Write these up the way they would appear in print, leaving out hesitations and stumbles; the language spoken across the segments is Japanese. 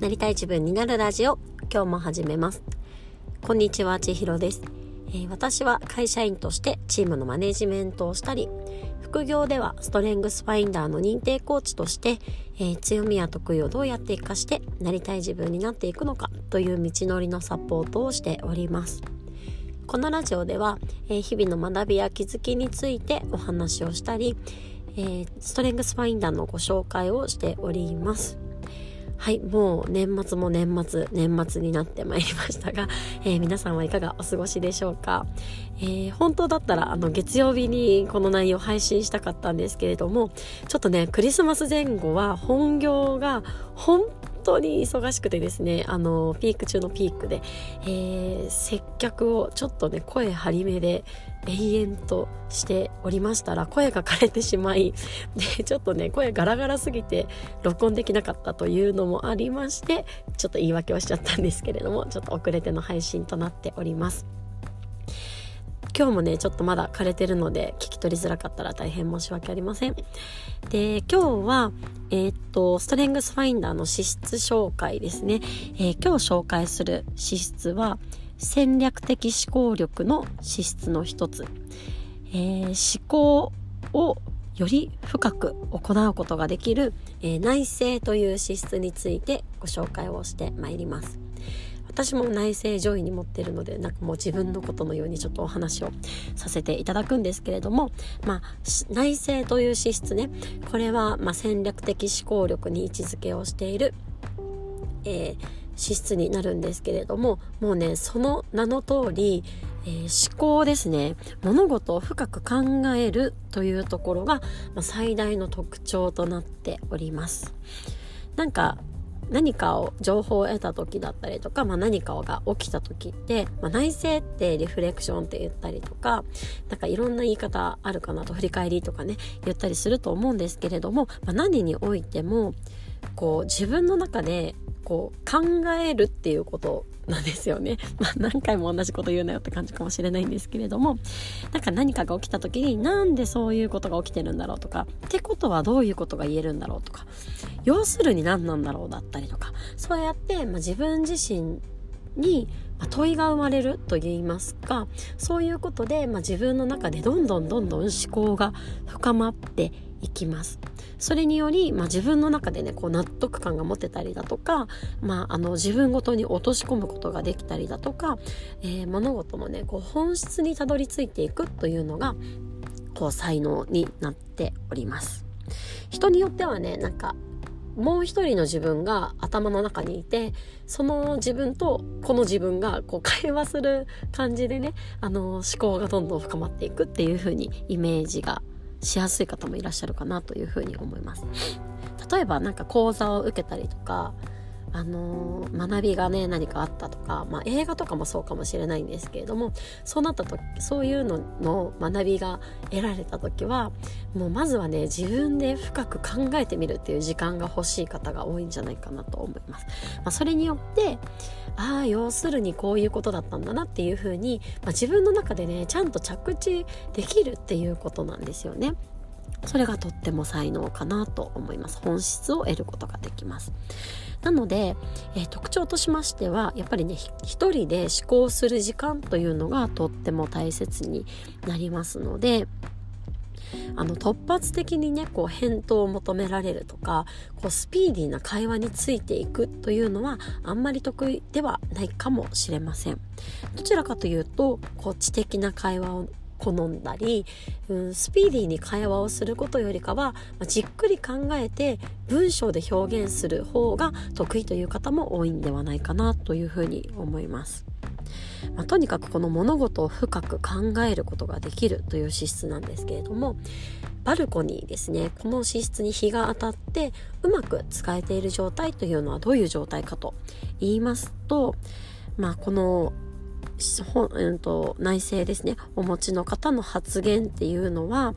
なりたい自分になるラジオ、今日も始めます。こんにちは、千尋です。私は会社員としてチームのマネジメントをしたり、副業ではストレングスファインダーの認定コーチとして、強みや得意をどうやって活かしてなりたい自分になっていくのかという道のりのサポートをしております。このラジオでは、日々の学びや気づきについてお話をしたり、ストレングスファインダーのご紹介をしております。はい、もう年末も年末になってまいりましたが、皆さんはいかがお過ごしでしょうか。本当だったら月曜日にこの内容を配信したかったんですけれども、ちょっとねクリスマス前後は本業が本当に忙しくてですね、ピーク中のピークで、接客をちょっとね声張り目で延々としておりましたら、声が枯れてしまい、でちょっとね声ガラガラすぎて録音できなかったというのもありまして、ちょっと言い訳をしちゃったんですけれども、ちょっと遅れての配信となっております。今日もねちょっとまだ枯れてるので聞き取りづらかったら大変申し訳ありません。で、今日はストレングスファインダーの資質紹介ですね。今日紹介する資質は戦略的思考力の資質の一つ、思考をより深く行うことができる、内省という資質についてご紹介をしてまいります。私も内省上位に持っているので、なんかもう自分のことのようにちょっとお話をさせていただくんですけれども、内省という資質ね、これは戦略的思考力に位置づけをしている、資質になるんですけれども、もうねその名の通り、思考ですね。物事を深く考えるというところが、最大の特徴となっております。何かを情報を得た時だったりとか、何かが起きた時って、内省ってリフレクションって言ったりとか、いろんな言い方あるかなと、振り返りとかね言ったりすると思うんですけれども、何においても自分の中で考えるっていうことなんですよね。何回も同じこと言うなよって感じかもしれないんですけれども、何かが起きた時に、なんでそういうことが起きてるんだろうとか、ってことはどういうことが言えるんだろうとか、要するに何なんだろうだったりとか、そうやって、自分自身に問いが生まれると言いますか、そういうことで、自分の中でどんどん思考が深まっていきます。それにより、自分の中でね納得感が持てたりだとか、自分ごとに落とし込むことができたりだとか、物事のね本質にたどり着いていくというのが才能になっております。人によってはねもう一人の自分が頭の中にいて、その自分とこの自分が会話する感じでね、思考がどんどん深まっていくっていう風にイメージがしやすい方もいらっしゃるかなというふうに思います。例えば講座を受けたりとか、学びがね何かあったとか、映画とかもそうかもしれないんですけれども、そうなった時、そういうのの学びが得られた時は、もうまずはね自分で深く考えてみるっていう時間が欲しい方が多いんじゃないかなと思います。それによって要するにこういうことだったんだなっていうふうに、自分の中でねちゃんと着地できるっていうことなんですよね。それがとっても才能かなと思います。本質を得ることができます。なので、特徴としましては、やっぱりね一人で思考する時間というのがとっても大切になりますので、突発的にね返答を求められるとか、スピーディーな会話についていくというのはあんまり得意ではないかもしれません。どちらかというと知的な会話を好んだり、スピーディーに会話をすることよりかは、じっくり考えて文章で表現する方が得意という方も多いんではないかなというふうに思います。とにかくこの物事を深く考えることができるという資質なんですけれども、バルコニーですね、この資質に日が当たってうまく使えている状態というのはどういう状態かと言いますと、この内省ですねお持ちの方の発言っていうのは、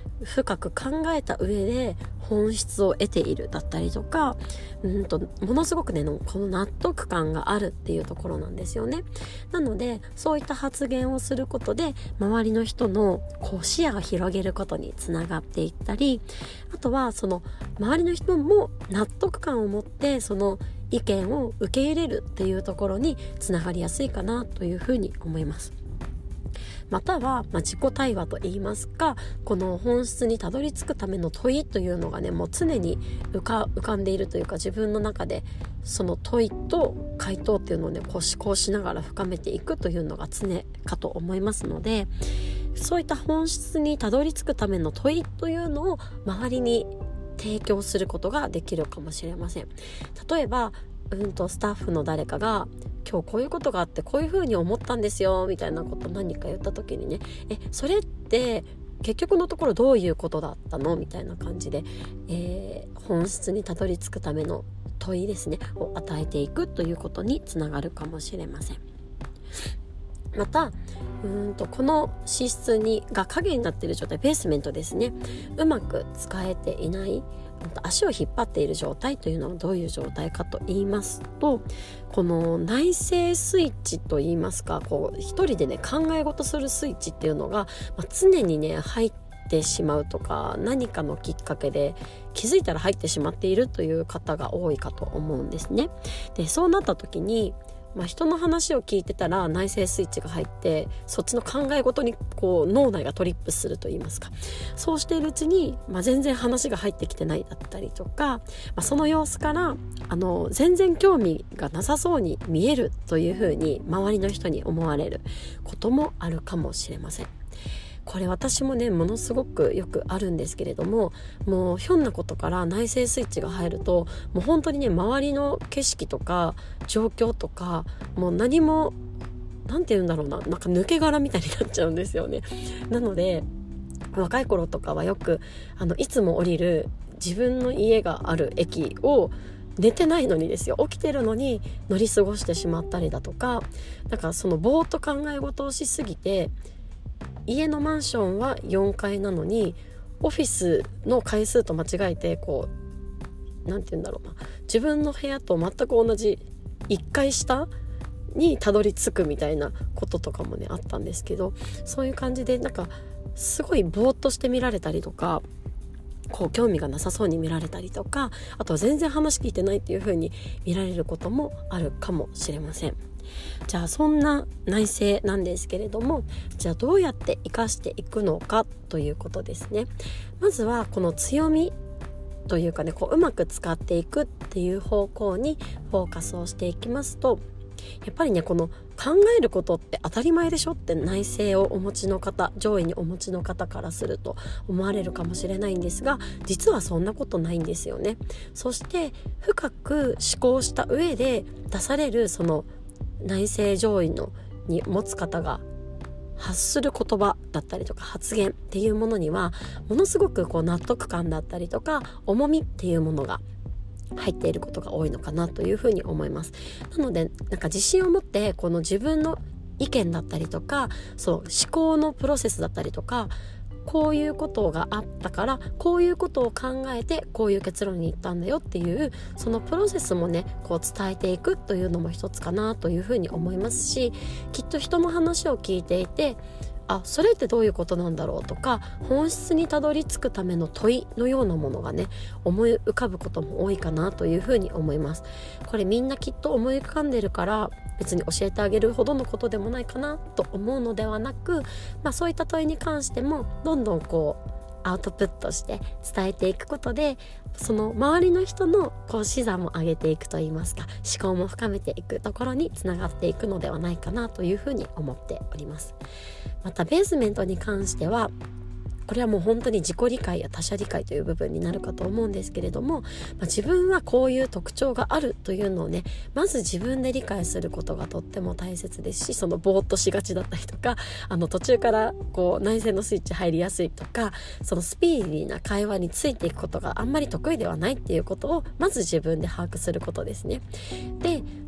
深く考えた上で本質を得ているだったりとか、ものすごくねこの納得感があるっていうところなんですよね。なのでそういった発言をすることで周りの人の視野を広げることにつながっていったり、あとはその周りの人も納得感を持ってその意見を受け入れるっていうところにつながりやすいかなというふうに思います。または、自己対話といいますか、この本質にたどり着くための問いというのがねもう常に浮かんでいるというか、自分の中でその問いと回答っていうのをね思考しながら深めていくというのが常かと思いますので、そういった本質にたどり着くための問いというのを周りに提供することができるかもしれません。例えばスタッフの誰かが今日こういうことがあってこういうふうに思ったんですよみたいなこと何か言った時にね、それって結局のところどういうことだったのみたいな感じで、本質にたどり着くための問いですねを与えていくということにつながるかもしれません。またこの資質が影になっている状態、ベースメントですね、うまく使えていない足を引っ張っている状態というのはどういう状態かと言いますと、この内省スイッチと言いますか、一人でね考え事するスイッチっていうのが、常にね入ってしまうとか、何かのきっかけで気づいたら入ってしまっているという方が多いかと思うんですね。でそうなった時に人の話を聞いてたら内省スイッチが入って、そっちの考え事に脳内がトリップすると言いますか、そうしているうちに、全然話が入ってきてないだったりとか、その様子から全然興味がなさそうに見えるというふうに周りの人に思われることもあるかもしれません。これ私もねものすごくよくあるんですけれども、もうひょんなことから内省スイッチが入ると、もう本当にね周りの景色とか状況とかもう何もなんて言うんだろうなんか抜け殻みたいになっちゃうんですよね。なので若い頃とかはよくいつも降りる自分の家がある駅を寝てないのにですよ、起きてるのに乗り過ごしてしまったりだとか、だからそのぼーっと考え事をしすぎて、家のマンションは4階なのにオフィスの階数と間違えてなんて言うんだろうな、自分の部屋と全く同じ1階下にたどり着くみたいなこととかもねあったんですけど、そういう感じでなんかすごいぼーっとして見られたりとか、興味がなさそうに見られたりとか、あとは全然話聞いてないっていう風に見られることもあるかもしれません。じゃあそんな内省なんですけれども、じゃあどうやって生かしていくのかということですね。まずはこの強みというかねうまく使っていくっていう方向にフォーカスをしていきますと、やっぱりねこの考えることって当たり前でしょって内省をお持ちの方、上位にお持ちの方からすると思われるかもしれないんですが、実はそんなことないんですよね。そして深く思考した上で出されるその内省上位に持つ方が発する言葉だったりとか発言っていうものにはものすごく納得感だったりとか重みっていうものが入っていることが多いのかなというふうに思います。なので自信を持ってこの自分の意見だったりとか、思考のプロセスだったりとか、こういうことがあったからこういうことを考えてこういう結論に至ったんだよっていうそのプロセスもね伝えていくというのも一つかなというふうに思いますし、きっと人の話を聞いていてそれってどういうことなんだろうとか、本質にたどり着くための問いのようなものがね思い浮かぶことも多いかなというふうに思います。これみんなきっと思い浮かんでるから別に教えてあげるほどのことでもないかなと思うのではなく、そういった問いに関してもどんどんアウトプットして伝えていくことで、その周りの人の視座も上げていくといいますか、思考も深めていくところにつながっていくのではないかなというふうに思っております。またベースメントに関してはこれはもう本当に自己理解や他者理解という部分になるかと思うんですけれども、自分はこういう特徴があるというのをねまず自分で理解することがとっても大切ですし、ぼーっとしがちだったりとか途中から内省のスイッチ入りやすいとか、そのスピーディーな会話についていくことがあんまり得意ではないっていうことをまず自分で把握することですね。で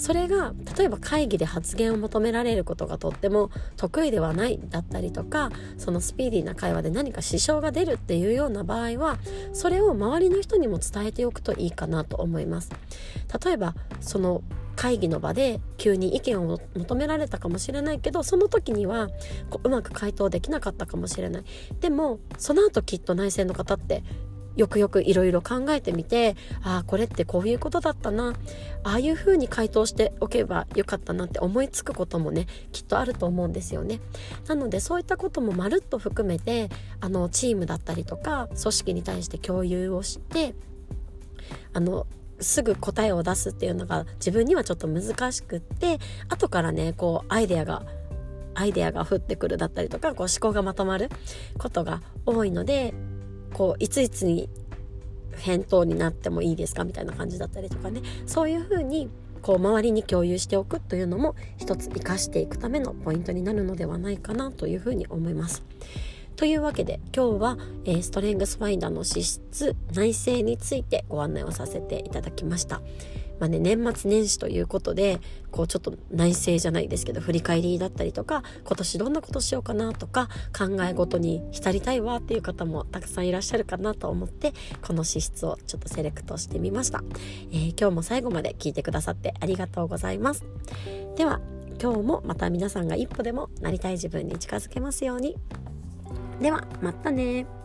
それが例えば会議で発言を求められることがとっても得意ではないだったりとか、そのスピーディーな会話で何か支障が出るっていうような場合は、それを周りの人にも伝えておくといいかなと思います。例えばその会議の場で急に意見を求められたかもしれないけど、その時にはうまく回答できなかったかもしれない。でもその後きっと内政の方ってよくよくいろいろ考えてみて、これってこういうことだったな、ああいう風に回答しておけばよかったなって思いつくこともね、きっとあると思うんですよね。なのでそういったこともまるっと含めてチームだったりとか組織に対して共有をして、すぐ答えを出すっていうのが自分にはちょっと難しくって、後からねアイデアが降ってくるだったりとか、思考がまとまることが多いので、いついつに返答になってもいいですかみたいな感じだったりとかね、そういう風に周りに共有しておくというのも一つ生かしていくためのポイントになるのではないかなという風に思います。というわけで今日は、ストレングスファインダーの資質内政についてご案内をさせていただきました。年末年始ということでちょっと内政じゃないですけど振り返りだったりとか、今年どんなことしようかなとか考え事に浸りたいわっていう方もたくさんいらっしゃるかなと思って、この資質をちょっとセレクトしてみました。今日も最後まで聞いてくださってありがとうございます。では今日もまた皆さんが一歩でもなりたい自分に近づけますように。ではまたね。